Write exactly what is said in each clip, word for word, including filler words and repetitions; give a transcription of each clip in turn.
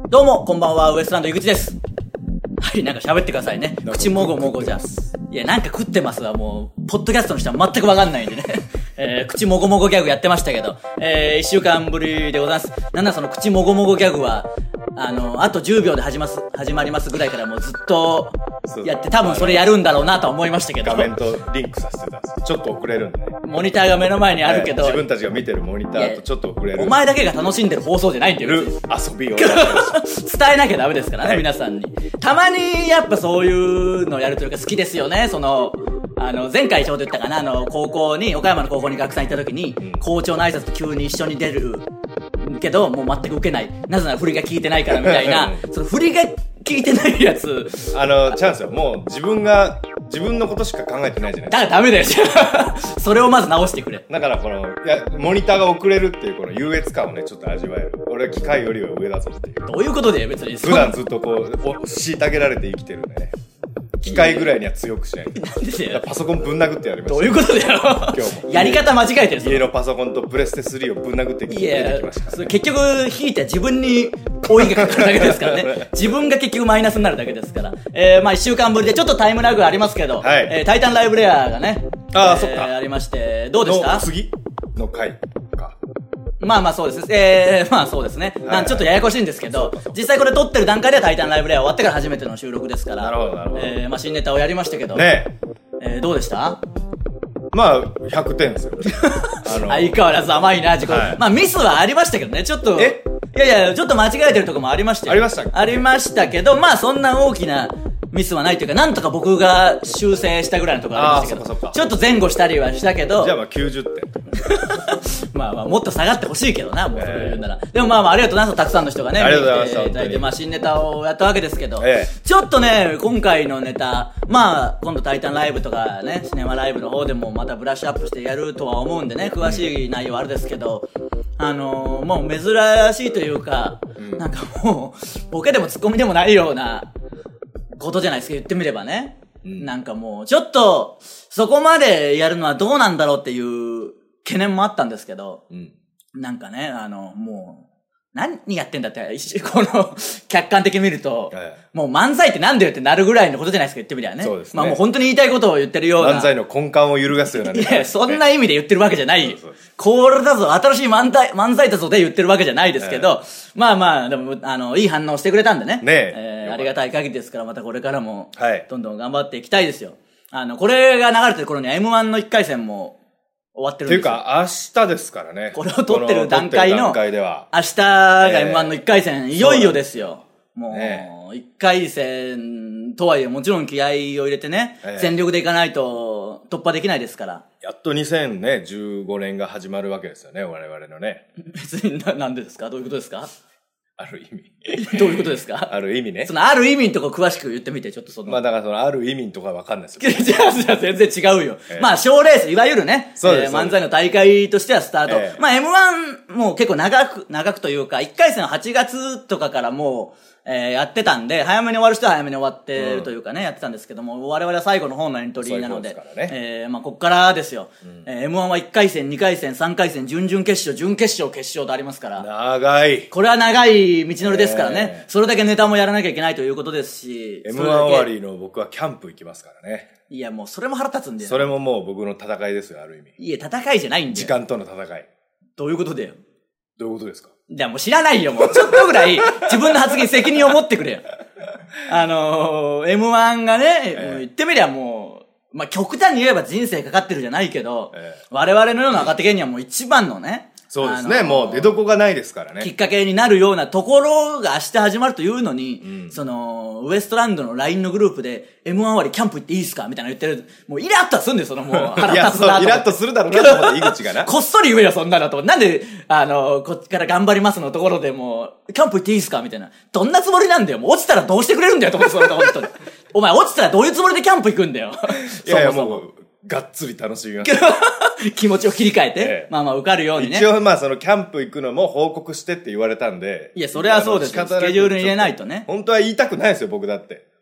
どうもこんばんは、ウエストランド井口です。はい、なんか喋ってくださいね。口もごもごじゃ。いや、なんか食ってますわ。もうポッドキャストの人は全くわかんないんでね。えー、口もごもごギャグやってましたけど、えー、一週間ぶりでございます。なんだその口もごもごギャグは、あの、あとじゅうびょうで始ます、始まりますぐらいからもうずっとやって、多分それやるんだろうなとは思いましたけど。 画面とリンクさせてたんです。ちょっと遅れるんでね。 モニターが目の前にあるけど、 自分たちが見てるモニターとちょっと遅れる。 お前だけが楽しんでる放送じゃないんだよ。 遊びを伝えなきゃダメですからね、はい、皆さんに。たまにやっぱそういうのやるというか好きですよね。そのあの前回ちょうど言ったかな、あの高校に岡山の高校に学さん行った時に、うん、校長の挨拶と急に一緒に出るけどもう全く受けない、なぜなら振りが効いてないからみたいなその振りが効いてないやつ、 あのチャンスよ。もう自分が自分のことしか考えてないじゃないですか。 だからダメだよそれをまず直してくれ。 だからこのいやモニターが遅れるっていうこの優越感をねちょっと味わえる。俺は機械よりは上だぞっていう。 どういうことで別に普段ずっとこう虐げられて生きてるんでね、機械ぐらいには強くしないと。なんでだよ。パソコンぶん殴ってやりました。 どういうことだよ今日もやり方間違えてる。 家のパソコンとプレステスリーをぶん殴って出てきましたから、ね、 結局引いて自分に老いがかかるだけですからね自分が結局マイナスになるだけですから。えー、まあ一週間ぶりでちょっとタイムラグありますけど、はい、えー、タイタンライブレアがね、 あー、 えー、 そっかありまして、どうでした？ 次の回か。 まあまあそうです。えー、まあそうですね。はいはい、なんちょっとややこしいんですけど、実際これ撮ってる段階ではタイタンライブレア終わってから初めての収録ですから。 なるほどなるほど。 えー、まあ新ネタをやりましたけど。 ねえー、どうでした？ まあひゃくてんですよ。 あの相変わらず甘いな、自己、はい、まあミスはありましたけどね、ちょっと。え？いやいや、ちょっと間違えてるとこもありましたよ。 ありましたっけ？ ありましたけど、まあそんな大きなミスはないというか、なんとか僕が修正したぐらいのところありましたけど、ちょっと前後したりはしたけど。 じゃあまあきゅうじゅってん。 まあまあもっと下がってほしいけどな、もうそれ言うなら、えー、でもまあまあありがとうございます。たくさんの人がね、 ありがとうございました。 見ていただいて、まあ新ネタをやったわけですけど、 えー、ちょっとね今回のネタ、まあ今度タイタンライブとかね、シネマライブの方でもまたブラッシュアップしてやるとは思うんでね、詳しい内容はあれですけど、あのー、もう珍しいというか、うん、なんかもうボケでもツッコミでもないようなことじゃないですか、言ってみればね、うん、なんかもうちょっとそこまでやるのはどうなんだろうっていう懸念もあったんですけど、うん、なんかね、あのもう何やってんだって、この客観的に見ると、はい、もう漫才ってなんだよってなるぐらいのことじゃないですか、言ってみりゃね。 そうですね。 まあもう本当に言いたいことを言ってるような。 漫才の根幹を揺るがすようなね。 いや、そんな意味で言ってるわけじゃない。これだぞ、新しい漫才、漫才だぞで言ってるわけじゃないですけど、はい、まあまあ、でも、あの、いい反応してくれたんでね。 ねえ。 えー、ありがたい限りですから、またこれからも、どんどん頑張っていきたいですよ。あの、これが流れてる頃には エムワン のいっかい戦も、終わってるんですよ。 っていうか、明日ですからね。 これを撮ってる段階の、 段階では明日が エムワン のいっかい戦、えー、いよいよですよ。もう、ね、いっかい戦とはいえ、もちろん気合を入れてね、えー、全力でいかないと突破できないですから。 やっとにせんじゅうごねんが始まるわけですよね、我々のね。 別にな、なんでですか？どういうことですか？ ある意味。 どういうことですか？ ある意味ね。 そのある意味のとこ詳しく言ってみて、ちょっとその。 まあだからそのある意味のとこはわかんないですよ。じゃあ、じゃあ全然違うよ。えー、まあ賞レース、いわゆるね、 そうです、 えー、漫才の大会としてはスタート。えー、まあ エムワン も結構長く、長くというか、いっかい戦ははちがつとかからもう、えー、やってたんで、早めに終わる人は早めに終わってるというかね、うん、やってたんですけども、我々は最後の方のエントリーなので、でね、えー、まあこっからですよ。うん、えー、エムワン はいっかい戦、にかい戦、さんかい戦、準々決勝、準決勝、決勝とありますから。 長い。 これは長い道のりですからね。えー、それだけネタもやらなきゃいけないということですし。 エムワン 終わりの僕はキャンプ行きますからね。 いや、もうそれも腹立つんだよ。 それももう僕の戦いですよ、ある意味。 いや、戦いじゃないんだよ。 時間との戦い。 どういうことだよ。 どういうことですか？ いや、もう知らないよ、もう。ちょっとぐらい、自分の発言責任を持ってくれよ。あのー、エムワン がね、えー、言ってみりゃもう、まあ、極端に言えば人生かかってるじゃないけど、えー、我々のような若手芸人はもう一番のね、 そうですね、あのー、もう出所がないですからね。 きっかけになるようなところが明日始まるというのに、うん、その、ウエストランドの ライン のグループで、エムワン 終わりキャンプ行っていいですかみたいな言ってる。もうイラッとするんですよ、そのもう。腹立つなと。 イラッとするだろうなと思って、井口がな。 こっそり言えよ、そんなのと。なんで、あの、こっちから頑張りますのところでもう、キャンプ行っていいですかみたいな。どんなつもりなんだよ。もう落ちたらどうしてくれるんだよ、と思って、それと本当に。お前落ちたらどういうつもりでキャンプ行くんだよ。 いやいや、もう、がっつり楽しみました。 気持ちを切り替えて、ええ、まあまあ受かるようにね。 一応まあそのキャンプ行くのも報告してって言われたんで。 いや、それはそうですよ。スケジュールに入れないとね。 本当は言いたくないですよ、僕だって。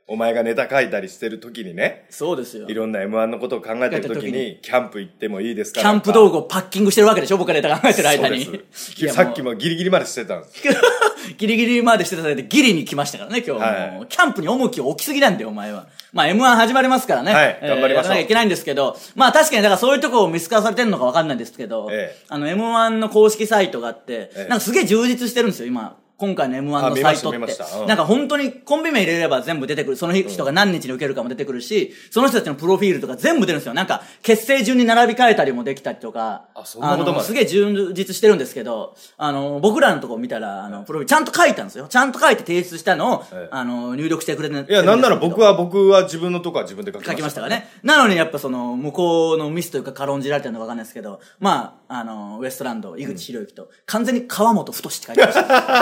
お前がネタ書いたりしてる時にね。 そうですよ。 いろんな エムワン のことを考えてる時に、キャンプ行ってもいいですか？ キャンプ道具をパッキングしてるわけでしょ、僕がネタ考えてる間に。 そうです。さっきもギリギリまでしてたんです。 ギリギリまでしてたので、ギリに来ましたからね、今日。はい、キャンプに重きを置きすぎなんだよ、お前は。まあ エムワン 始まりますからね。 はい、頑張りましょう。やらなきゃいけないんですけど、まあ確かにだからそういうとこを見透かされてるのかわかんないんですけど、ええ、あの エムワン の公式サイトがあって、ええ、なんかすげえ充実してるんですよ、今。今回の エムワン のサイトって。うん、なんか本当にコンビ名入れれば全部出てくる。その人が何日に受けるかも出てくるし、その人たちのプロフィールとか全部出るんですよ。なんか結成順に並び替えたりもできたりとか。 あ、そんなことまで。 すげえ充実してるんですけど、あの、僕らのとこ見たら、あの、プロフィールちゃんと書いたんですよ。ちゃんと書いて提出したのを、ええ、あの、入力してくれてる。 いや、なんなら僕は、僕は自分のとこは自分で書きました、ね。 書きましたからね。なのにやっぱその、向こうのミスというか軽んじられてるのかわかんないですけど、まあ、あの、ウエストランド、井口博之と、完全に川本太って書いてました。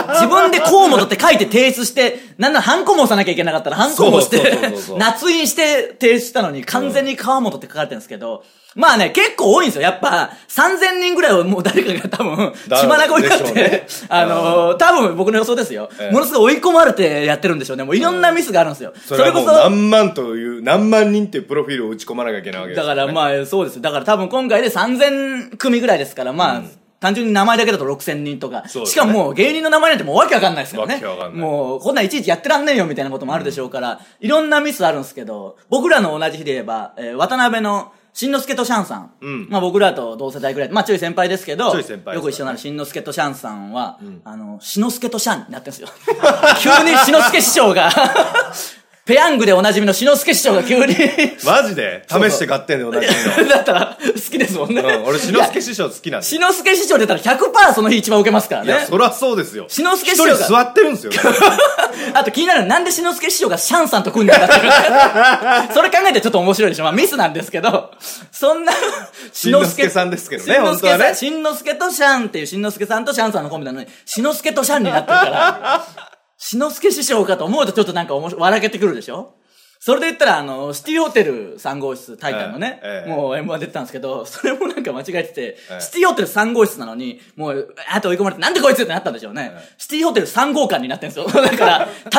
自分で河本って書いて提出して、なんならハンコも押さなきゃいけなかったらハンコも押して、捺印して提出したのに完全に川本って書かれてるんですけど、まあね、結構多いんですよ。やっぱ、さんぜんにんぐらいをもう誰かが多分、血まなこになって、ね、あのー、多分僕の予想ですよ、ええ。ものすごい追い込まれてやってるんでしょうね。もういろんなミスがあるんですよ。 それこそ。何万という、何万人っていうプロフィールを打ち込まなきゃいけないわけですよ、ね。 だからまあ、そうです。だから多分今回でさんぜんくみぐらいですから、まあ、うん、単純に名前だけだとろくせんにんとか、ね。しかももう芸人の名前なんてもうわけわかんないですからね。 わけわかんない。 もう、こんなんいちいちやってらんねえよみたいなこともあるでしょうから、うん、いろんなミスあるんですけど、僕らの同じ日で言えば、えー、渡辺の、しんのすけとシャンさん。うん。まあ僕らと同世代ぐらい。まあちょい先輩ですけど、ちょい先輩、ね。よく一緒になるしんのすけとシャンさんは、うん、あの、しのすけとシャンになってるんですよ。急にしのすけ師匠が、ペヤングでおなじみのしのすけ師匠が急にマジで試して買ってんでおなじみの。 だったら、好きですもんね。 うん、俺しのすけ師匠好きなんで。 しのすけ師匠出たら ひゃくパーセント その日一番受けますからね。いや、 そりゃそうですよ。 しのすけ師匠が。 一人座ってるんですよ。 あと気になるのなんでしのすけ師匠がシャンさんと組んでんだって。それ考えてちょっと面白いでしょ。まあミスなんですけど、そんな、 しのすけさんですけどね、本当はね。 しんのすけとシャンっていうしんのすけさんとシャンさんのコンビなのに、しのすけとシャンになってるから、しのすけ師匠かと思うとちょっとなんかおもし笑けてくるでしょ。それで言ったら、あの、シティホテルさん号室、タイタンのね、ええ、もう エムワン 出てたんですけど、それもなんか間違えてて、え、シティホテルさん号室なのに、もう、あと追い込まれて、なんでこいつってなったんでしょうね。シティホテルさん号館になってるんですよ。だから、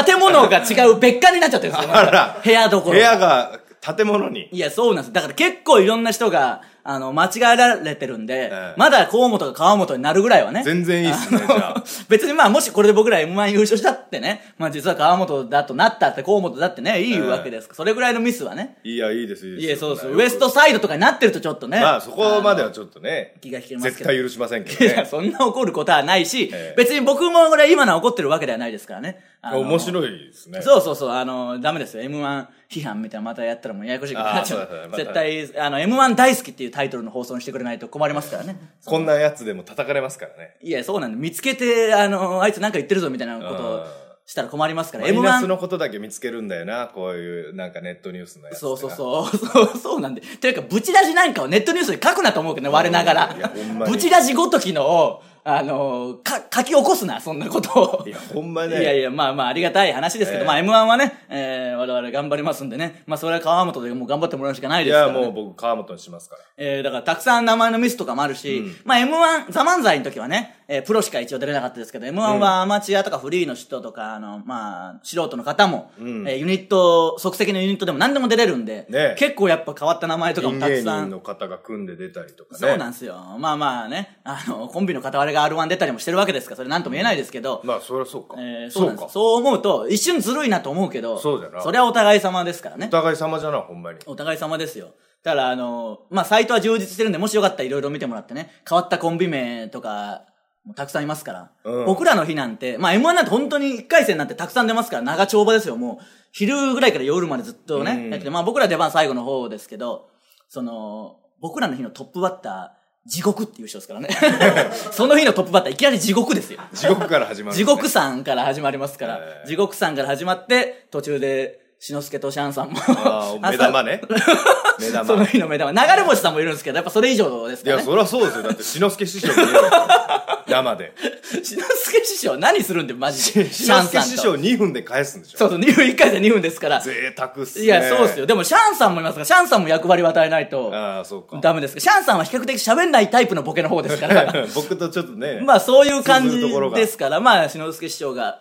建物が違う別館になっちゃってるんですよ。 あら部屋どころ。 部屋が建物に。 いや、そうなんです。だから結構いろんな人が、あの、間違えられてるんで、ええ、まだ河本が川本になるぐらいはね。 全然いいっすね、じゃあ。 別にまあ、もしこれで僕ら エムワン 優勝したってね、まあ実は川本だとなったって河本だってね、いいわけですから、ええ、それぐらいのミスはね。 いや、いいです、いいです。 いや、そうです。ウエストサイドとかになってるとちょっとね。 まあ、そこまではちょっとね。 気が引けますけど。 絶対許しませんけどね。 いや、そんな怒ることはないし、ええ、別に僕もこれ今のは怒ってるわけではないですからね。 面白いですね。 そうそうそう、あの、ダメですよ。エムワン 批判みたいなまたやったらもうややこしいからなっちゃう。絶対、あの、エムワン 大好きっていうタイトルの放送にしてくれないと困りますからね。 こんなやつでも叩かれますからね。 いや、そうなんだ。見つけて、あの、あいつなんか言ってるぞみたいなことをしたら困りますから。 マイナスのことだけ見つけるんだよな、こういうなんかネットニュースのやつ。 そうそうそう。そう、そうなんで。というか、ブチラジなんかをネットニュースで書くなと思うけどね、我ながら。ブチラジごときのを、あの、か、書き起こすな、そんなことを。 いや、ほんまね。 いやいや、まあまあ、ありがたい話ですけど、えー、まあ エムワン はね、えー、我々頑張りますんでね。まあ、それは川本でもう頑張ってもらうしかないですから、ね。 いや、もう僕川本にしますから。 えー、だからたくさん名前のミスとかもあるし、うん、まあ エムワン、ザ・漫才の時はね、えー、プロしか一応出れなかったですけど、エムワン はアマチュアとかフリーの人とか、あの、まあ、素人の方も、うん、えー、ユニット、即席のユニットでも何でも出れるんで、ね、結構やっぱ変わった名前とかもたくさん。 芸人の方が組んで出たりとかね。 そうなんですよ。まあまあね、あの、コンビの片割れが アールワン 出たりもしてるわけですから、それなんとも言えないですけど。 まあ、そりゃそうか。 えー、そうなんです。そう思うと、一瞬ずるいなと思うけど、 そうじゃな。 それはお互い様ですからね。 お互い様じゃな、ほんまに。 お互い様ですよ。だから、あの、まあ、サイトは充実してるんで、もしよかったらいろいろ見てもらってね、変わったコンビ名とか、もうたくさんいますから。うん、僕らの日なんて、まあ エムワン なんて本当にいっかい戦なんてたくさん出ますから、長丁場ですよ。もう、昼ぐらいから夜までずっとね、うん、やってて、まあ僕ら出番最後の方ですけど、その、僕らの日のトップバッター、地獄っていう人ですからね。その日のトップバッター、いきなり地獄ですよ。 地獄から始まる、 ね。地獄さんから始まりますから、地獄さんから始まって、途中で、しのすけとシャンさんも。 ああ、目玉ね。目玉。 その日の目玉。流れ星さんもいるんですけど、やっぱそれ以上ですからね。 いや、そりゃそうですよ。だって、しのすけ師匠見える生で。 しのすけ師匠何するんで、マジで。 しのすけ師匠にふんで返すんでしょ。 そうそう、にふん、いっかいでにふんですから。 贅沢っすね。 いや、そうっすよ。でも、シャンさんもいますから、シャンさんも役割を与えないと。 ああ、そうか。 ダメですか。シャンさんは比較的喋んないタイプのボケの方ですから。 僕とちょっとね。 まあ、そういう感じですから、まあ、しのすけ師匠が、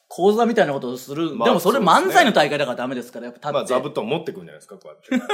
講座みたいなことをする。 まあでもそれ漫才の大会だからダメですから、やっぱまあ、 立って。 座布団持ってくんじゃないですか、こうやって。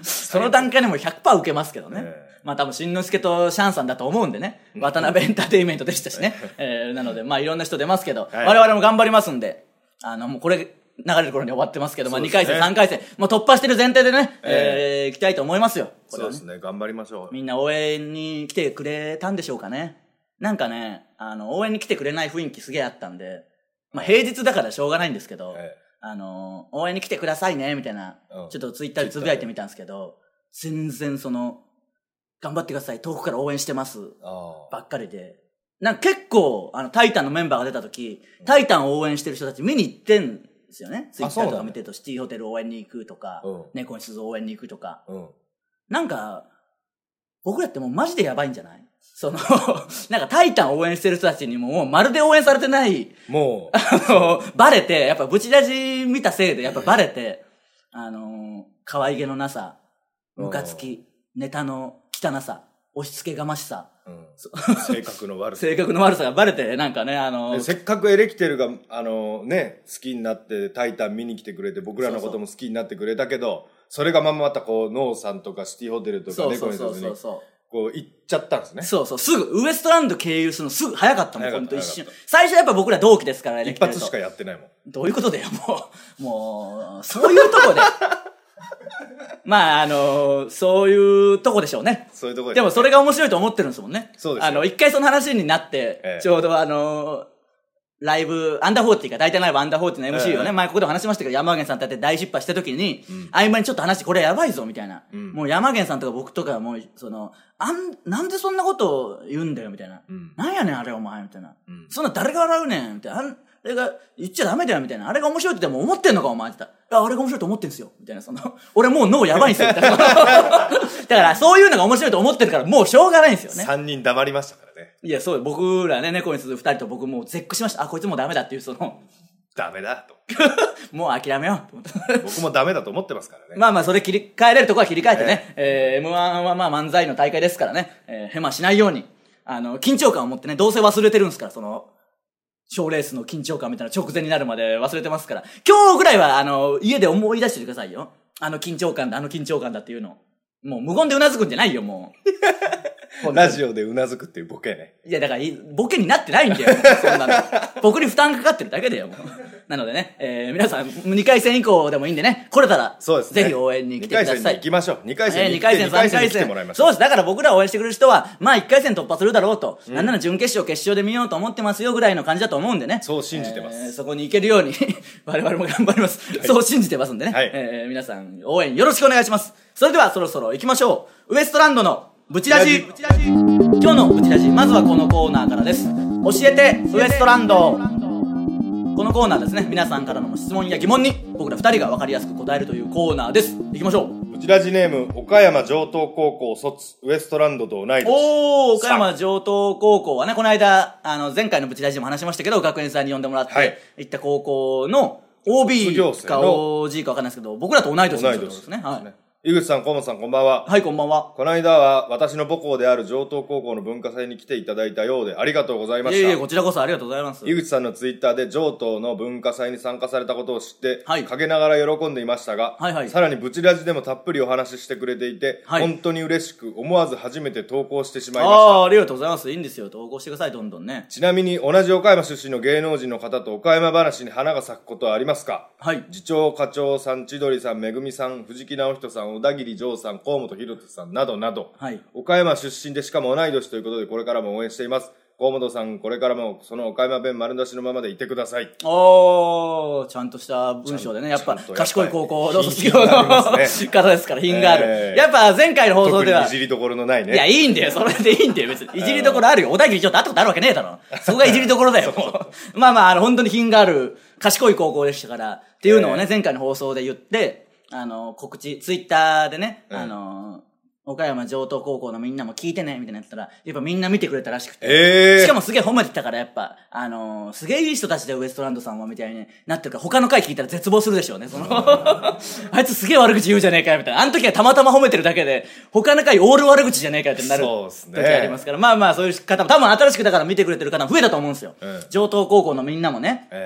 その段階でも ひゃくパーセント 受けますけどね。 えまあ多分、しんのすけとシャンさんだと思うんでね。渡辺エンターテインメントでしたしね。えー、なので、まあいろんな人出ますけど、 はい我々も頑張りますんで、あの、もうこれ、流れる頃に終わってますけど、まあにかい戦、さんかい戦、もう突破してる前提でね、えー、行きたいと思いますよ。これはねそうですね、頑張りましょう。 みんな応援に来てくれたんでしょうかね。なんかね、あの、応援に来てくれない雰囲気すげえあったんで、まあ平日だからしょうがないんですけど、 ええあの、応援に来てくださいね、みたいな、 うんちょっとツイッターでつぶやいてみたんですけど、全然その、頑張ってください、遠くから応援してます、 あばっかりで。なんか結構、あの、タイタンのメンバーが出た時、タイタンを応援してる人たち見に行ってんですよね。ツイッターとか見てると、シティホテル応援に行くとか、 うん猫に鈴応援に行くとか。 うん。 なんか、僕らってもうマジでやばいんじゃないその、なんかタイタン応援してる人たちにももうまるで応援されてない、 もう、 あの、バレて、やっぱブチラジ見たせいでやっぱバレて、あの、可愛げのなさ、ムカつき、ネタの汚さ、押し付けがましさ、 うん、性格の悪さ。 性格の悪さがバレて、なんかね、あの、 せっかくエレキテルが、あのね、好きになって、タイタン見に来てくれて、僕らのことも好きになってくれたけど、それがまままたこう、ノーさんとかシティホテルとかそう猫そうにそうそう。 こう行っちゃったんですね。 そうそう、すぐ、ウエストランド経由するのすぐ早かったもん、 早かったほんと一瞬。最初やっぱ僕ら同期ですから、 一発しかやってないもん。 どういうことだよ、もう。もう、そういうとこで。まあ、あの、そういうとこでしょうね。 そういうとこで。 でもそれが面白いと思ってるんですもんね。 そうですよ。 あの、一回その話になって、 ええちょうどあの、ライブ、アンダーフォーティーか、大体ライブアンダーフォーティーの エムシー をね、 ええ前ここでも話しましたけど、山源さんとやって大失敗した時に、合間にちょっと話して、これやばいぞ、みたいな。 うんもう山源さんとか僕とかもう、その、あん、なんでそんなことを言うんだよ、みたいな。 うんなんやねん、あれお前、みたいな。 うんそんな誰が笑うねん、みたいな。あんあれが言っちゃダメだよ、みたいな。あれが面白いってでも思ってんのか、お前って言ったら。いや、あれが面白いと思ってんすよ、みたいな。その、俺もう脳やばいんすよ、みたいな。だから、そういうのが面白いと思ってるから、もうしょうがないんですよね。 三人黙りましたからね。 いや、そう、僕らね、猫に続く二人と僕もう絶句しました。あ、こいつもうダメだっていう、その、 ダメだと。 もう諦めようと思って。 僕もダメだと思ってますからね。 まあまあ、それ切り替えれるとこは切り替えてね、えー、エムワン はまあ漫才の大会ですからね、えー、ヘマしないように、あの、緊張感を持ってね、どうせ忘れてるんですから、その、賞レースの緊張感みたいな直前になるまで忘れてますから、今日ぐらいは、あの、家で思い出しててくださいよ。あの緊張感だ、あの緊張感だっていうの。もう無言でうなずくんじゃないよ、もう。 ラジオでうなずくっていうボケね。 いや、だから、ボケになってないんだよ、そんなの。僕に負担かかってるだけだよ、もう。なのでね、えー、皆さん、にかい戦以降でもいいんでね、来れたら、 そうですね。 ぜひ応援に来てください。 にかい戦に行きましょう。にかい戦ににかい戦、さんかい戦。 来てもらいましょう。 そうです。だから僕ら応援してくれる人は、まあいっかい戦突破するだろうと。うん、なんなら準決勝、決勝で見ようと思ってますよぐらいの感じだと思うんでね。 そう信じてます。 えー、そこに行けるように、我々も頑張ります。はい、そう信じてますんでね。はい、えー、皆さん、応援よろしくお願いします。それではそろそろ行きましょう。ウエストランドのブチラジ。今日のブチラジ、まずはこのコーナーからです。教えて、ウエストランド。このコーナーですね、皆さんからの質問や疑問に僕ら二人が分かりやすく答えるというコーナーです。行きましょう。 ブチラジネーム、岡山城東高校卒、ウエストランドと同い年。 おー、岡山城東高校はね、この間、あの、前回のブチラジでも話しましたけど、学園祭に呼んでもらって、はい、行った高校の オービー か オージー か分かんないですけど、僕らと同い年の人ですね。はい。 井口さん、河本さん、こんばんは。 はい、こんばんは。 この間は、私の母校である城東高校の文化祭に来ていただいたようで、ありがとうございました。 いえいえ、こちらこそありがとうございます。 井口さんのツイッターで城東の文化祭に参加されたことを知って、はい、陰ながら喜んでいましたが、はいはい、さらにブチラジでもたっぷりお話ししてくれていて、はい、本当に嬉しく、思わず初めて投稿してしまいました。 ああ、ありがとうございます。いいんですよ。投稿してください、どんどんね。 ちなみに、同じ岡山出身の芸能人の方と岡山話に花が咲くことはありますか？はい。次長課長さん、千鳥さん、めぐみさん、藤木直人さん、小田切丈さん、河本ひろとさんなどなど、はい、岡山出身でしかも同い年ということでこれからも応援しています。河本さん、これからもその岡山弁丸出しのままでいてください。 おー、ちゃんとした文章でね、やっぱ賢い高校の卒業の方ですから品がある、えー、やっぱ前回の放送では特にいじりどころのないね。 いや、いいんだよ、それでいいんだよ、別にいじりどころあるよ。小田切ちょっと会ったことあるわけねえだろ。そこがいじりどころだよ。まあまあ、あの本当に品がある賢い高校でしたからっていうのをね、前回の放送で言ってあの告知ツイッターでね、あの岡山城東高校のみんなも聞いてねみたいなやったら、やっぱみんな見てくれたらしくて、えー、しかもすげえ褒めてたから、やっぱあのー、すげえいい人たちでウエストランドさんはみたいになってるから、他の回聞いたら絶望するでしょうね。そのあいつすげえ悪口言うじゃねえかよみたいな。あの時はたまたま褒めてるだけで、他の回オール悪口じゃねえかよってなる時ありますから、まあまあそういう方も多分新しくだから見てくれてる方も増えたと思うんですよ。うん、城東高校のみんなもね。えー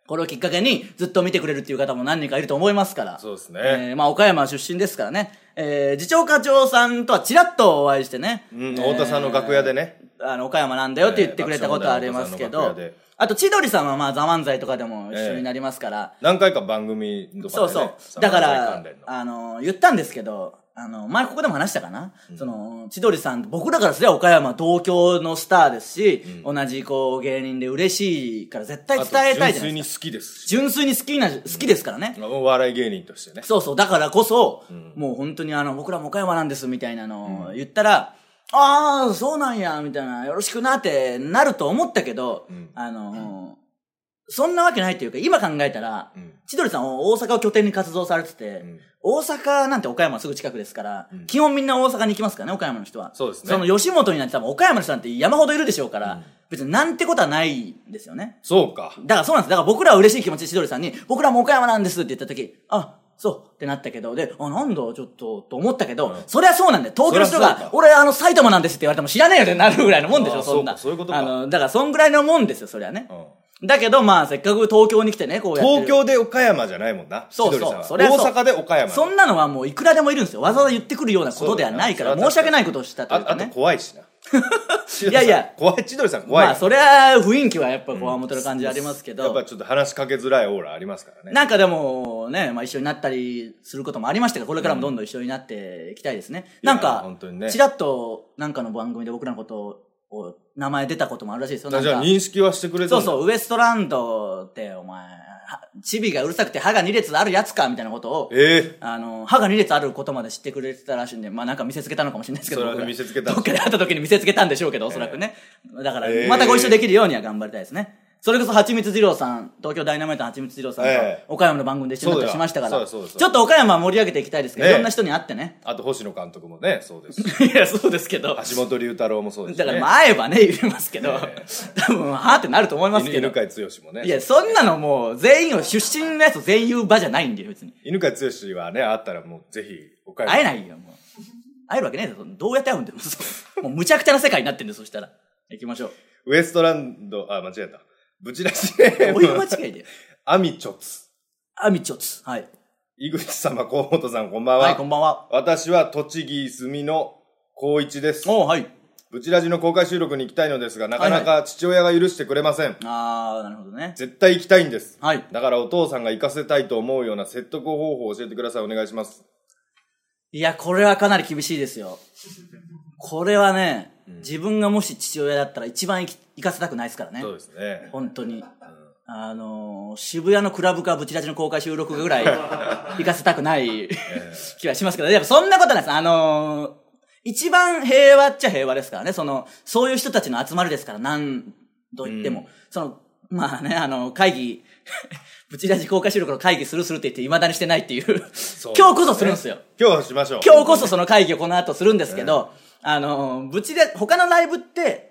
これをきっかけにずっと見てくれるっていう方も何人かいると思いますから。 そうですね。 えー、まあ岡山出身ですからね。えー、次長課長さんとはちらっとお会いしてね。 うん、太田さんの楽屋でね。 あの、岡山なんだよって言ってくれたことはありますけど、えー、あと千鳥さんはまあザ漫才とかでも一緒になりますから。 えー、何回か番組とかで、ね。 そうそう。だから、あの、言ったんですけど、あの、前ここでも話したかな、うん、その、千鳥さん、僕らからすれば岡山東京のスターですし、うん、同じこう芸人で嬉しいから絶対伝えたいじゃないですか。 純粋に好きですし。 純粋に好きな、好きですからね。 うん、お笑い芸人としてね。 そうそう。だからこそ、うん、もう本当にあの、僕らも岡山なんですみたいなのを言ったら、うん、ああ、そうなんや、みたいな、よろしくなってなると思ったけど、うん、あの、うんそんなわけないというか、今考えたら、うん、千鳥さん大阪を拠点に活動されてて、うん、大阪なんて岡山すぐ近くですから、うん、基本みんな大阪に行きますからね、岡山の人は。 そうですね。 その吉本になって多分岡山の人なんて山ほどいるでしょうから、うん、別になんてことはないんですよね。 そうか。 だからそうなんです。だから僕らは嬉しい気持ちで千鳥さんに、僕らも岡山なんですって言った時、あ、そうってなったけど、で、あ、なんだ、ちょっと、と思ったけど、うん、そりゃそうなんだよ。東京の人が、俺、あの、埼玉なんですって言われても知らねえよってなるぐらいのもんでしょ、そんな。 そうか、そういうことか。 あの、だからそんぐらいのもんですよ、そりゃね。うんだけど、まあ、せっかく東京に来てね、こうやって。 東京で岡山じゃないもんな。 そうそう。 それは大阪で岡山。 そんなのはもういくらでもいるんですよ。わざわざ言ってくるようなことではないから、申し訳ないことをしたというかね。 あと怖いしな。 いやいや。 怖い、千鳥さん怖い。 まあ、それは雰囲気はやっぱこわもてる感じありますけど。 やっぱちょっと話しかけづらいオーラありますからね。 なんかでも、ね、まあ一緒になったりすることもありましたが、これからもどんどん一緒になっていきたいですね。なんか、ちらっとなんかの番組で僕らのことを、名前出たこともあるらしいですよ。 じゃあ認識はしてくれたそうそう、ウエストランドってお前、チビがうるさくて歯がに列あるやつかみたいなことを、 えー、あの、歯がに列あることまで知ってくれてたらしいんで、まあなんか見せつけたのかもしれないですけど、 それは見せつけた。 どっかで会った時に見せつけたんでしょうけど、おそらくね。えー、だから、またご一緒できるようには頑張りたいですね。それこそ、はちみつ二郎さん、東京ダイナマイトのはちみつ二郎さんと、岡山の番組で一緒になったりしましたから、ちょっと岡山盛り上げていきたいですけど、いろんな人に会ってね。 あと、星野監督もね、そうです。 いや、そうですけど。 橋本龍太郎もそうですね。だから、会えばね、言えますけど、多分、はぁってなると思いますけど。 犬飼剛もね。 いや、そんなのもう、全員を、出身のやつ全員言う場じゃないんで、別に。 犬飼剛はね、会ったらもう、ぜひ、 岡山。会えないよ、もう。会えるわけねえだろ。どうやって会うんだよ。もう、むちゃくちゃな世界になってんだよ、そしたら。行きましょう。 ウエストランド、あ、間違えた。ブチラジネーム。 どういう間違いで。 アミチョツ。 アミチョツ。はい。 井口様、河本さん、こんばんは。 はい、こんばんは。 私は栃木住みの高一です。 おはい。 ブチラジの公開収録に行きたいのですが、なかなか父親が許してくれません。はいはい、 あー、なるほどね。 絶対行きたいんです。 はい。 だからお父さんが行かせたいと思うような説得方法を教えてください。お願いします。 いや、これはかなり厳しいですよ。これはね、うん、自分がもし父親だったら一番行かせたくないですからね。 そうですね。 本当に。うん、あのー、渋谷のクラブかブチラジの公開収録ぐらい行かせたくない気はしますけど、やっぱそんなことないです。あのー、一番平和っちゃ平和ですからね。その、そういう人たちの集まりですから、なんと言っても。うん、その、まあね、あの、会議、ブチラジ公開収録の会議するするって言って未だにしてないっていう。ね、今日こそするんですよ。 今日はしましょう。 今日こそその会議をこの後するんですけど、ね、あの、ブチラ、他のライブって、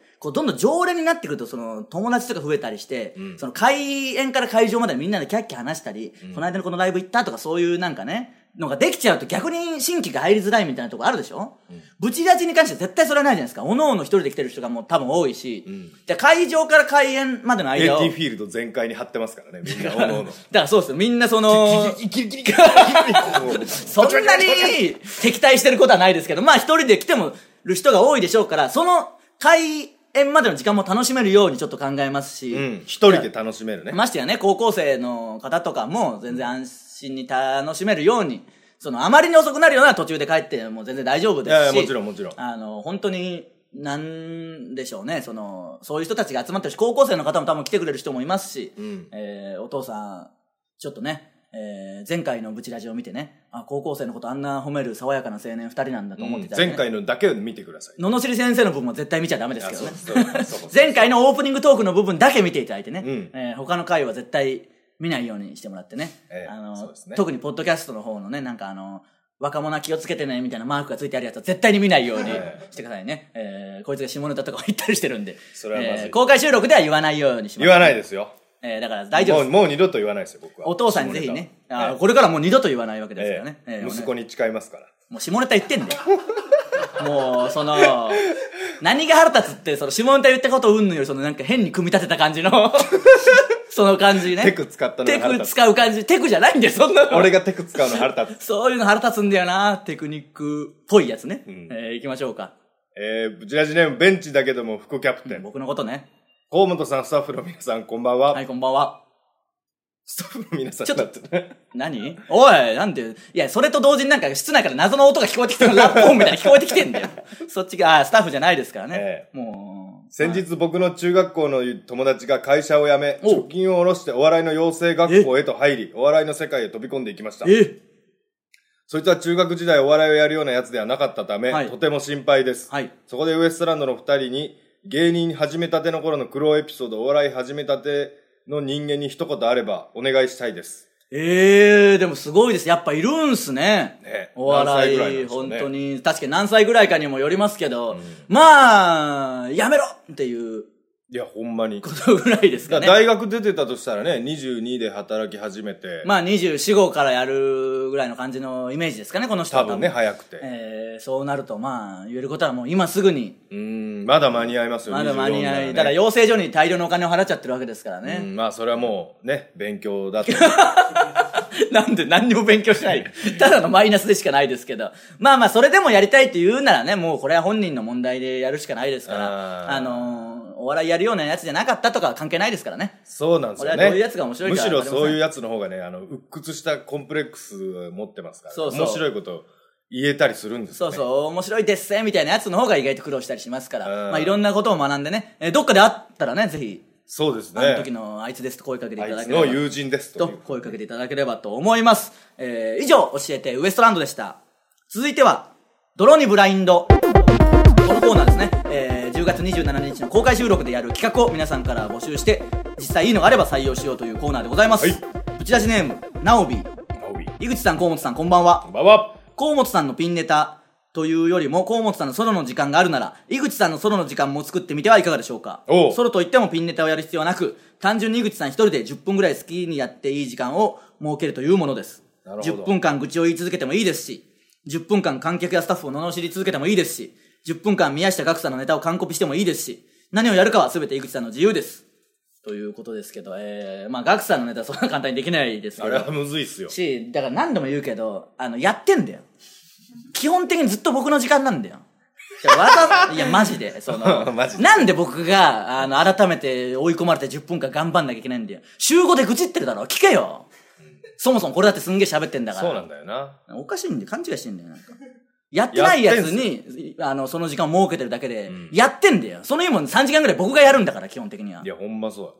こう、どんどん常連になってくると、その、友達とか増えたりして、うん、その、開演から会場までみんなでキャッキャ話したり、うん、この間のこのライブ行ったとか、そういうなんかね、のができちゃうと逆に新規が入りづらいみたいなとこあるでしょ、うん、ブチラジに関しては絶対それはないじゃないですか。おのおの一人で来てる人がもう多分多いし、うん、じゃあ会場から開演までの間を。 エーティー フィールド全開に張ってますからね、みんなおのおの。だからそうですよ。みんなその、そんなに敵対してることはないですけど、まあ一人で来てもる人が多いでしょうから、その開演までの時間も楽しめるようにちょっと考えますし。 うん、一人で楽しめるね。 ましてやね、高校生の方とかも全然安心に楽しめるように、その、あまりに遅くなるような途中で帰っても全然大丈夫ですし。いやいや、もちろんもちろん。 あの、本当に、なんでしょうね、その、そういう人たちが集まってるし、高校生の方も多分来てくれる人もいますし、うん、えー、お父さん、ちょっとね、えー、前回のブチラジを見てね、あ、高校生のことあんな褒める爽やかな青年二人なんだと思ってた、ね、 うん、前回のだけを見てください。 ののしり先生の部分は絶対見ちゃダメですけどね。前回のオープニングトークの部分だけ見ていただいてね、うん、えー、他の回は絶対見ないようにしてもらってね。えー、あの、ね、特にポッドキャストの方のね、なんかあの、若者は気をつけてね、みたいなマークがついてあるやつは絶対に見ないようにしてくださいね。えー、こいつが下ネタとかを言ったりしてるんで。 それはまずい、 えー、公開収録では言わないようにします。 言わないですよ。 えー、だから大丈夫です。 もう、もう二度と言わないですよ、僕は。 お父さんにぜひね。あ、これからもう二度と言わないわけですからね。 えーえー、息子に誓いますから。 もう下ネタ言ってんだよ。もう、その、何が腹立つって、その下ネタ言ったことをうんぬより、そのなんか変に組み立てた感じの、 その感じね。 テク使ったのが腹立つ。 テク使う感じ。テクじゃないんだよ、そんなの。 俺がテク使うの腹立つ。 そういうの腹立つんだよな。テクニックっぽいやつね。うん、えー、行きましょうか。 えー、ブチラジネーム、ベンチだけども副キャプテン。うん、 僕のことね。 河本さん、スタッフの皆さん、こんばんは。 はい、こんばんは。 スタッフの皆さんだってね。 何おい、なんで、いや、それと同時になんか室内から謎の音が聞こえてきてる、ラップ音みたいな聞こえてきてんだよ。そっちが、あ、スタッフじゃないですからね。ええ、もう。 先日僕の中学校の友達が会社を辞め、貯金を下ろしてお笑いの養成学校へと入り、お笑いの世界へ飛び込んでいきました。えそいつは中学時代お笑いをやるようなやつではなかったため、はい、とても心配です。はい、そこでウエストランドの二人に、芸人始めたての頃の苦労エピソード、お笑い始めたての人間に一言あればお願いしたいです。 ええー、でもすごいです。やっぱいるんすね。ね、お笑い、ね、本当に。確かに何歳ぐらいかにもよりますけど、うん、まあ、やめろっていう。 いや、ほんまに。 ことぐらいですかね。 大学出てたとしたらね、にじゅうにで働き始めて。 まあ、にじゅうよん、ごからやるぐらいの感じのイメージですかね、この人は。 多分ね、早くて。 えー、そうなると、まあ、言えることはもう今すぐに。 うん、まだ間に合いますよ、 まだ間に合い。ね、だから養成所に大量のお金を払っちゃってるわけですからね。 うん、まあ、それはもう、ね、勉強だと。 なんで何にも勉強しない。ただのマイナスでしかないですけど。まあまあ、それでもやりたいって言うならね、もうこれは本人の問題でやるしかないですから。あ、あのー、お笑いやるようなやつじゃなかったとかは関係ないですからね。 そうなんですよね。 俺はどういうやつが面白いか。 むしろそういうやつの方がね、あの、鬱屈したコンプレックスを持ってますから、ね。そうそう。面白いこと言えたりするんですよね。 そうそう。面白いですせみたいなやつの方が意外と苦労したりしますから。まあいろんなことを学んでね、えー、どっかであったらね、ぜひ。 そうですね。 あの時のあいつですと声かけていただければ。 あいつの友人ですと。と声かけていただければと思います。えー、以上、教えてウエストランドでした。続いては、泥にブラインド。このコーナーですね。えー、じゅうがつにじゅうしちにちの公開収録でやる企画を皆さんから募集して、実際いいのがあれば採用しようというコーナーでございます。はい。ぶち出しネーム、ナオビー。ナオビー。井口さん、河本さん、こんばんは。 こんばんは。 河本さんのピンネタ、というよりも、河本さんのソロの時間があるなら、井口さんのソロの時間も作ってみてはいかがでしょうか。ソロといってもピンネタをやる必要はなく、単純に井口さん一人でじゅっぷんぐらい好きにやっていい時間を設けるというものです。じゅっぷんかん愚痴を言い続けてもいいですし、じゅっぷんかん観客やスタッフを罵り続けてもいいですし、じゅっぷんかん宮下岳さんのネタを完コピしてもいいですし、何をやるかは全て井口さんの自由です。ということですけど、えー、まあ、岳さんのネタはそんな簡単にできないですけど。 あれはむずいっすよ。 し、だから何度も言うけど、あの、やってんだよ。基本的にずっと僕の時間なんだよ。わざ、いや、マジで、その、マジでなんで僕が、あの、改めて追い込まれてじゅっぷんかん頑張んなきゃいけないんだよ。週ごで愚痴ってるだろ。聞けよ。うん、そもそもこれだってすんげえ喋ってんだから。 そうなんだよな。 おかしいんで、勘違いしてんだよ、なんか。やってないやつに、あの、その時間を設けてるだけで、うん、やってんだよ。その日もさんじかんぐらい僕がやるんだから、基本的には。 いや、ほんまそう。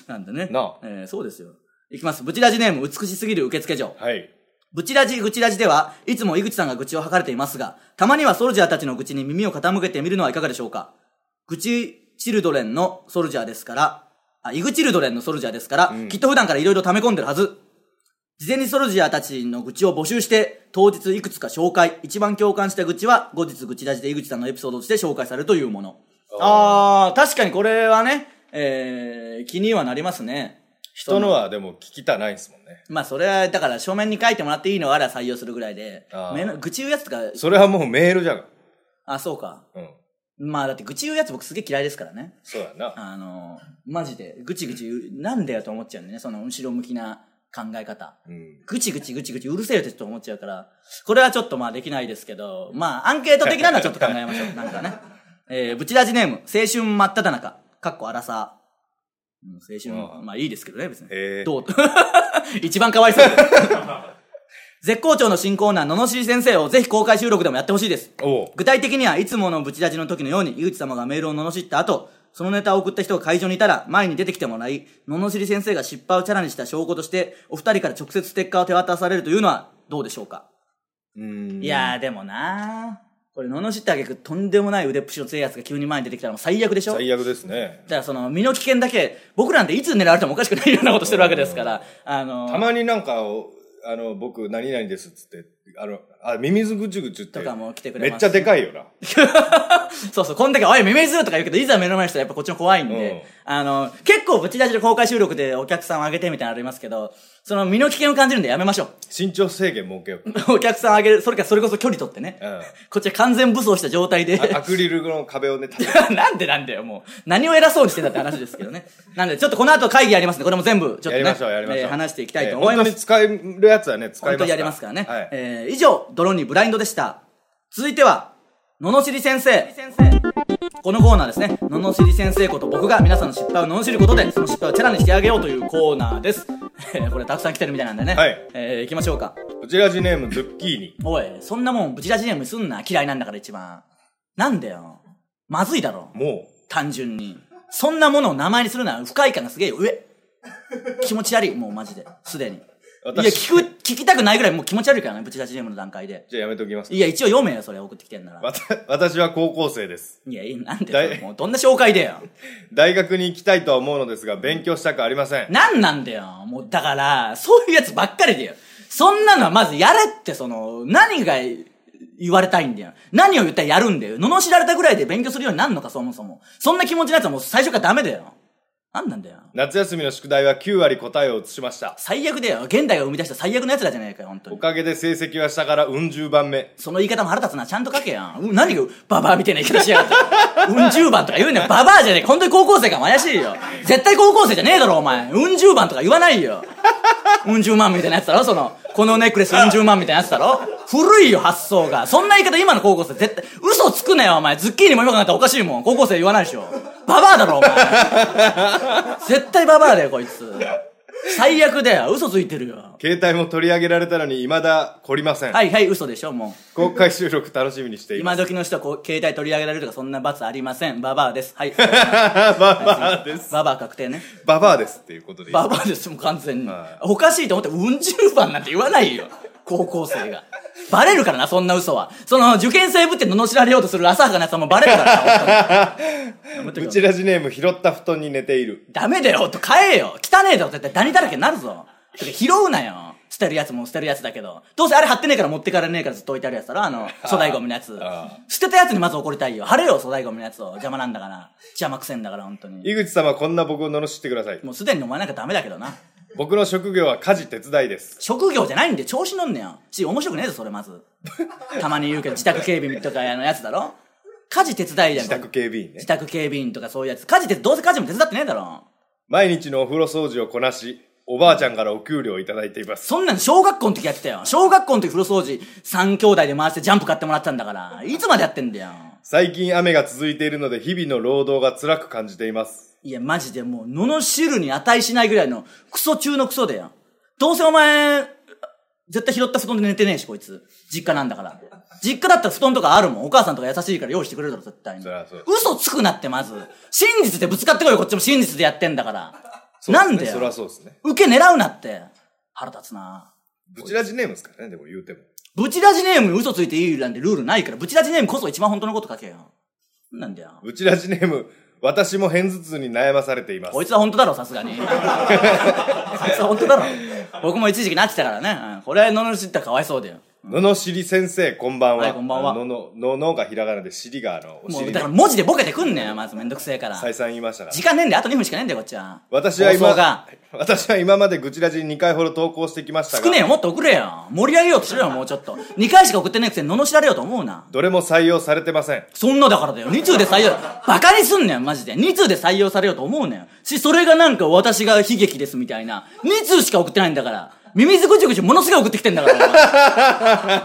なんでね。 なあ。 えー、そうですよ。いきます。ブチラジネーム、美しすぎる受付嬢。 はい。 ブチラジ、愚痴ラジでは、いつも井口さんが愚痴を吐かれていますが、たまにはソルジャーたちの愚痴に耳を傾けてみるのはいかがでしょうか。愚痴チルドレンのソルジャーですから、あ、イグチルドレンのソルジャーですから、うん、きっと普段からいろいろ溜め込んでるはず。事前にソルジャーたちの愚痴を募集して、当日いくつか紹介。一番共感した愚痴は、後日愚痴ラジで井口さんのエピソードとして紹介されるというもの。あー、確かにこれはね、えー、気にはなりますね。 人のはでも聞きたないですもんね。 まあそれはだから書面に書いてもらっていいのはあれは採用するぐらいで、愚痴言うやつとか。 それはもうメールじゃん。 あ、そうか。うん。まあだって愚痴言うやつ僕すげえ嫌いですからね。 そうやな。 あの、マジで、ぐちぐち言う、なんだよと思っちゃうんでね、その後ろ向きな考え方。うん。ぐちぐちぐちぐちうるせえよってちょっと思っちゃうから、これはちょっとまあできないですけど、まあアンケート的なのはちょっと考えましょう。なんかね。えー、ブチラジネーム、青春真っ只中、かっこアラサー。青春、まあいいですけどね、別に。どう一番かわいそう。絶好調の新コーナー、ののしり先生をぜひ公開収録でもやってほしいです。具体的には、いつものブチラジの時のように、井口様がメールを罵った後、そのネタを送った人が会場にいたら、前に出てきてもらい、ののしり先生が失敗をチャラにした証拠として、お二人から直接ステッカーを手渡されるというのは、どうでしょうか。うーんいやー、でもなー。これ、罵ってあげく、とんでもない腕っぷしの強いやつが急に前に出てきたらもう最悪でしょ。 最悪ですね。 だからその、身の危険だけ、僕なんていつ狙われてもおかしくないようなことしてるわけですから、あのー、 たまになんか、あの、僕、何々ですっつって、 あの、あ、ミミズぐちゅぐちゅって。 とかも来てくれます。 めっちゃでかいよな。 そうそう、こんだけ、おい、ミミズとか言うけど、いざ目の前の人はやっぱこっちの怖いんで、うん、あの、結構ブチラジの公開収録でお客さんを上げてみたいなのありますけど、その身の危険を感じるんでやめましょう。 身長制限設けよう。お客さん上げる、それかそれこそ距離取ってね。うん、こっちは完全武装した状態で。 アクリルの壁をね、立てなんでなんだよ、もう。何を偉そうにしてたって話ですけどね。なんで、ちょっとこの後会議ありますんで、これも全部、ちょっとね。 やりましょう、やりましょう。 えー、話していきたいと思います。 えー、本当に使えるやつはね、使えますから。 本当にやりますからね。はい、えー、以上、ドローンにブラインドでした。続いては、ののしり先生。このコーナーですね。ののしり先生こと僕が皆さんの失敗を罵ることで、その失敗をチャラにしてあげようというコーナーです。これたくさん来てるみたいなんでね。はい。えー、行きましょうか。 ブチラジネームズッキーニ。 おい、そんなもんブチラジネームにすんな。嫌いなんだから一番。なんだよ。まずいだろ。 もう。 単純に。そんなものを名前にするなら不快感がすげえよ。上。気持ち悪い。もうマジで。すでに。いや、聞く、聞きたくないぐらいもう気持ち悪いからね、ブチラジネームの段階で。 じゃあやめときます。 いや、一応読めよ、それ送ってきてんなら。 わた、私は高校生です。 いや、なんでもうどんな紹介だよ。 大学に行きたいとは思うのですが、勉強したくありません。 なんなんだよ。もう、だから、そういうやつばっかりだよ。そんなのはまずやれって、その、何が言われたいんだよ。何を言ったらやるんだよ。罵られたぐらいで勉強するようになるのか、そもそも。そんな気持ちのやつはもう最初からダメだよ。なんなんだよ。 夏休みの宿題はきゅうわり答えを移しました。 最悪だよ。現代が生み出した最悪の奴らじゃねえかよ、本当に。 おかげで成績は下からうん十番目。 その言い方も腹立つな。ちゃんと書けやん。うん、何がババアみたいな言い方しやがって。うん十番とか言うねん。ババアじゃねえか。本当に高校生かも怪しいよ。絶対高校生じゃねえだろ、お前。うん十番とか言わないよ。うん十万みたいなやつだろ、その。このネックレスうん十万みたいなやつだろ。古いよ、発想が。そんな言い方今の高校生絶対、嘘つくなよ、お前。ズッキーニも今かなったらおかしいもん。高校生言わないでしょ。ババアだろ、お前。絶対ババアだよ、こいつ。最悪だよ。嘘ついてるよ。 携帯も取り上げられたのに未だ懲りません。 はいはい、嘘でしょ、もう。 公開収録楽しみにしています。 今時の人はこう携帯取り上げられるとかそんな罰ありません。ババアです。はい。 ババアです。 ババア確定ね。 ババアですっていうことでいい。 ババアです、もう完全に。おかしいと思って、うん十番なんて言わないよ。高校生が。バレるからな、そんな嘘は。その、受験生ぶって罵られようとする浅はかなやつはもうバレるからな、 ブチラジネーム拾った布団に寝ている。 ダメだよ、と買えよ。汚えだろ、絶対ダニだらけになるぞ。てか拾うなよ。捨てるやつも捨てるやつだけど。どうせあれ貼ってねえから持ってからねえからずっと置いてあるやつだろ、あの、粗大ゴミのやつ。捨てたやつにまず怒りたいよ。貼れよ、粗大ゴミのやつを。邪魔なんだから。邪魔くせんだから、本当に。 井口様、こんな僕を罵ってください。 もうすでにお前なんかダメだけどな。 僕の職業は家事手伝いです。 職業じゃないんで調子乗んねよ。ち、面白くねえぞ、それまず。たまに言うけど、自宅警備員とかのやつだろ。家事手伝いじゃん。 自宅警備員ね。 自宅警備員とかそういうやつ。家事ってどうせ家事も手伝ってねえだろ。 毎日のお風呂掃除をこなし、おばあちゃんからお給料をいただいています。 そんなの小学校の時やってたよ。小学校の時風呂掃除三兄弟で回してジャンプ買ってもらったんだから。いつまでやってんだよ。 最近雨が続いているので日々の労働が辛く感じています。 いや、マジでもう、罵るに値しないぐらいのクソ中のクソだよ。どうせお前、絶対拾った布団で寝てねえし、こいつ。実家なんだから。実家だったら布団とかあるもん。お母さんとか優しいから用意してくれるだろ、絶対に。そりゃそう。嘘つくなってまず。真実でぶつかってこいよ、こっちも真実でやってんだから。 そうですね、 なんでよ。 そりゃそうですね。 受け狙うなって。腹立つな。 ブチラジネームですからね、でも言うても。 ブチラジネームに嘘ついていいなんてルールないから、ブチラジネームこそ一番本当のこと書けよ。なんだよ。 ブチラジネーム、私も片頭痛に悩まされています。 こいつは本当だろ、さすがに。こいつは本当だろ。僕も一時期なってたからね。うん、これは罵ったらかわいそうだよ。 ののしり先生、こんばんは。 はい、こんばんは。 のの、ののがひらがなで、しりがあの、お尻。 もう、だから文字でボケてくんねん、まずめんどくせえから。 再三言いましたから。 時間ねえんで、あとにふんしかねえんだよ、こっちは。 私は今、私は今までグチラジににかいほど投稿してきましたが。 少ねえよ、もっと送れよ。盛り上げようとしろよ、もうちょっと。にかいしか送ってねえくせに罵られようと思うな。 どれも採用されてません。 そんなだからだよ。に通で採用、バカにすんねん、マジで。に通で採用されようと思うねん。し、それがなんか私が悲劇ですみたいな。に通しか送ってないんだから。ミミズぐちゅぐちゅものすごい送ってきてんだから。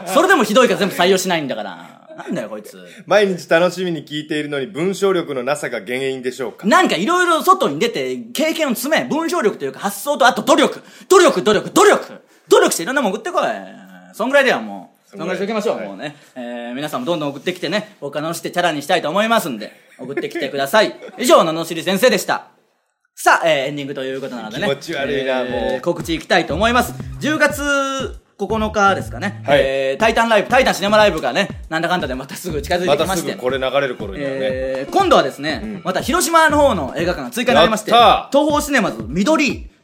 それでもひどいから全部採用しないんだから。なんだよこいつ。 毎日楽しみに聞いているのに文章力のなさが原因でしょうか。 なんかいろいろ外に出て経験を積め。文章力というか発想とあと努力。努力努力努力努力していろんなもん送ってこい。そんぐらいではもう。そんぐらいしておきましょう、はい、もうね。えー、皆さんもどんどん送ってきてね。僕は罵してチャラにしたいと思いますんで。送ってきてください。以上、罵り先生でした。さあ、えー、エンディングということなのでね。 気持ち悪いな、えー、もう。 告知いきたいと思います。じゅうがつここのかですかね。はい、えー、タイタンライブ、タイタンシネマライブがね、なんだかんだでまたすぐ近づいてきまして。またすぐこれ流れる頃にはね。えー、今度はですね、うん、また広島の方の映画館が追加になりまして、東宝シネマズ緑、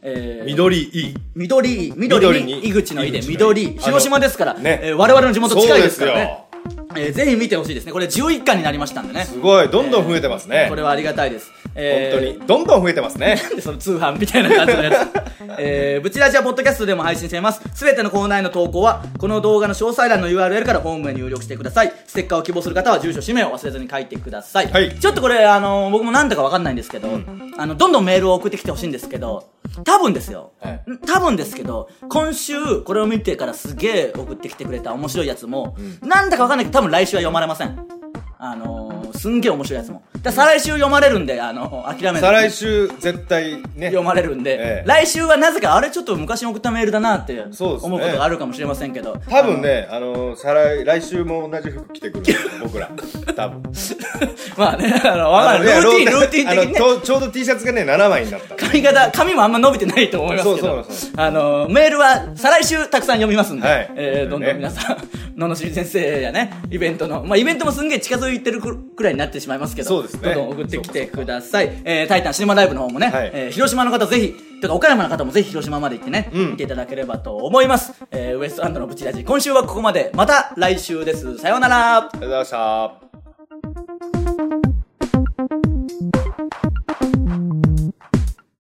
えー、緑井。 緑井。緑に井口の井で緑井。広島ですから、ねえー、我々の地元近いですからね。えー、ぜひ見てほしいですね。これじゅういっかんになりましたんでね。 すごい、どんどん増えてますね。 えー、これはありがたいです。 えー、本当にどんどん増えてますね。 なんでその通販みたいな感じのやつ。えー、ブチラジはポッドキャストでも配信しています。すべてのコーナーへの投稿はこの動画の詳細欄の ユーアールエル からホームへ入力してください。ステッカーを希望する方は住所氏名を忘れずに書いてください。はい、ちょっとこれあのー、僕もなんだかわかんないんですけど、うん、あのどんどんメールを送ってきてほしいんですけど、多分ですよ、はい、多分ですけど今週これを見てからすげえ送ってきてくれた面白いやつも、うん、なんだかわかんないけど多分来週は読まれません。あのー、すんげえ面白いやつもだ再来週読まれるんで、あのー、諦めない。 再来週絶対ね読まれるんで、ええ、来週はなぜかあれちょっと昔に送ったメールだなって思うことがあるかもしれませんけど、 多分ね、あのー、再来来週も同じ服着てくる僕ら多分まあね、あの分かる、ルーティンルーティン的にね、 ちょ, ちょうど T シャツがねななまいになった髪型髪もあんま伸びてないと思いますけど、そうそうそう、あのー、メールは再来週たくさん読みますんで、はい、えー、どんどん皆さんののしり先生やねイベントの、まあ、イベントもすんげえ近づいてるくらいになってしまいますけど、 そうですね、 どんどん送ってきてください。えー、タイタンシネマライブの方もね、はい、えー、広島の方ぜひとか岡山の方もぜひ広島まで行ってね、うん、見ていただければと思います。えー、ウエストランドのブチラジ今週はここまで、また来週です。さようなら。 ありがとうございました。